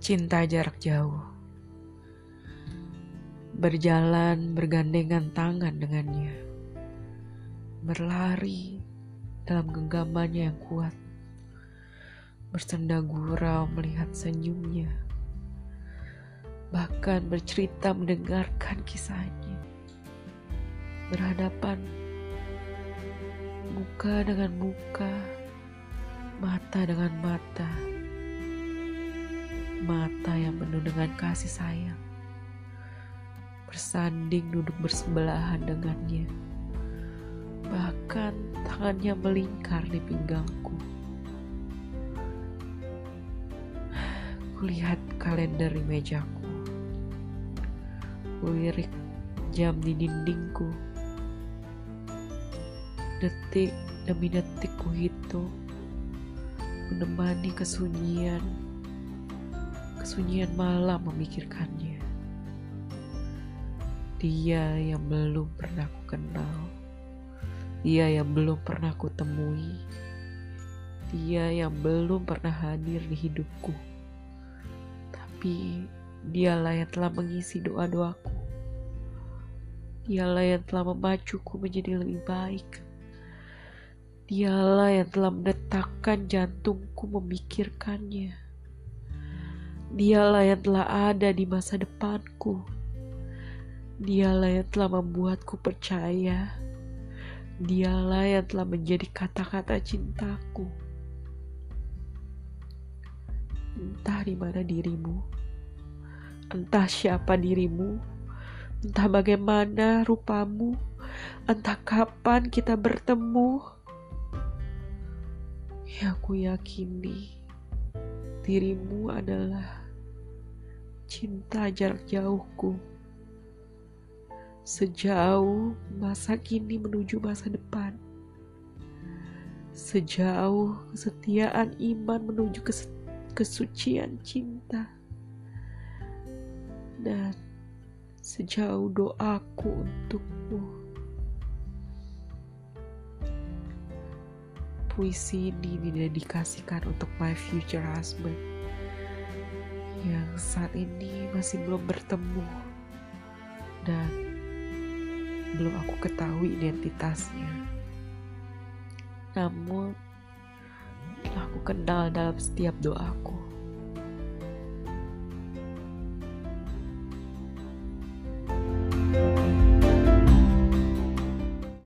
Cinta jarak jauh. Berjalan bergandengan tangan dengannya. Berlari dalam genggamannya yang kuat. Bersenda gurau melihat senyumnya. Bahkan bercerita mendengarkan kisahnya. Berhadapan muka dengan muka, mata dengan mata. Mata yang penuh dengan kasih sayang. Bersanding duduk bersebelahan dengannya. Bahkan tangannya melingkar di pinggangku. Kulihat kalender di mejaku. Kulirik jam di dindingku. Detik demi detik kuhitung. Menemani kesunyian malam memikirkannya. Dia yang belum pernah ku kenal. Dia yang belum pernah ku temui. Dia yang belum pernah hadir di hidupku. Tapi dialah yang telah mengisi doa-doaku. Dialah yang telah memacuku menjadi lebih baik. Dialah yang telah mendetakkan jantungku memikirkannya. Dialah yang telah ada di masa depanku. Dialah yang telah membuatku percaya. Dialah yang telah menjadi kata-kata cintaku. Entah di mana dirimu, entah siapa dirimu, entah bagaimana rupamu, entah kapan kita bertemu. Yang aku yakini, dirimu adalah cinta jarak jauhku. Sejauh masa kini menuju masa depan. Sejauh kesetiaan iman menuju kesucian cinta. Dan sejauh doaku untukmu. Puisi ini didedikasikan untuk my future husband yang saat ini masih belum bertemu dan belum aku ketahui identitasnya. Namun telah aku kenal dalam setiap doaku.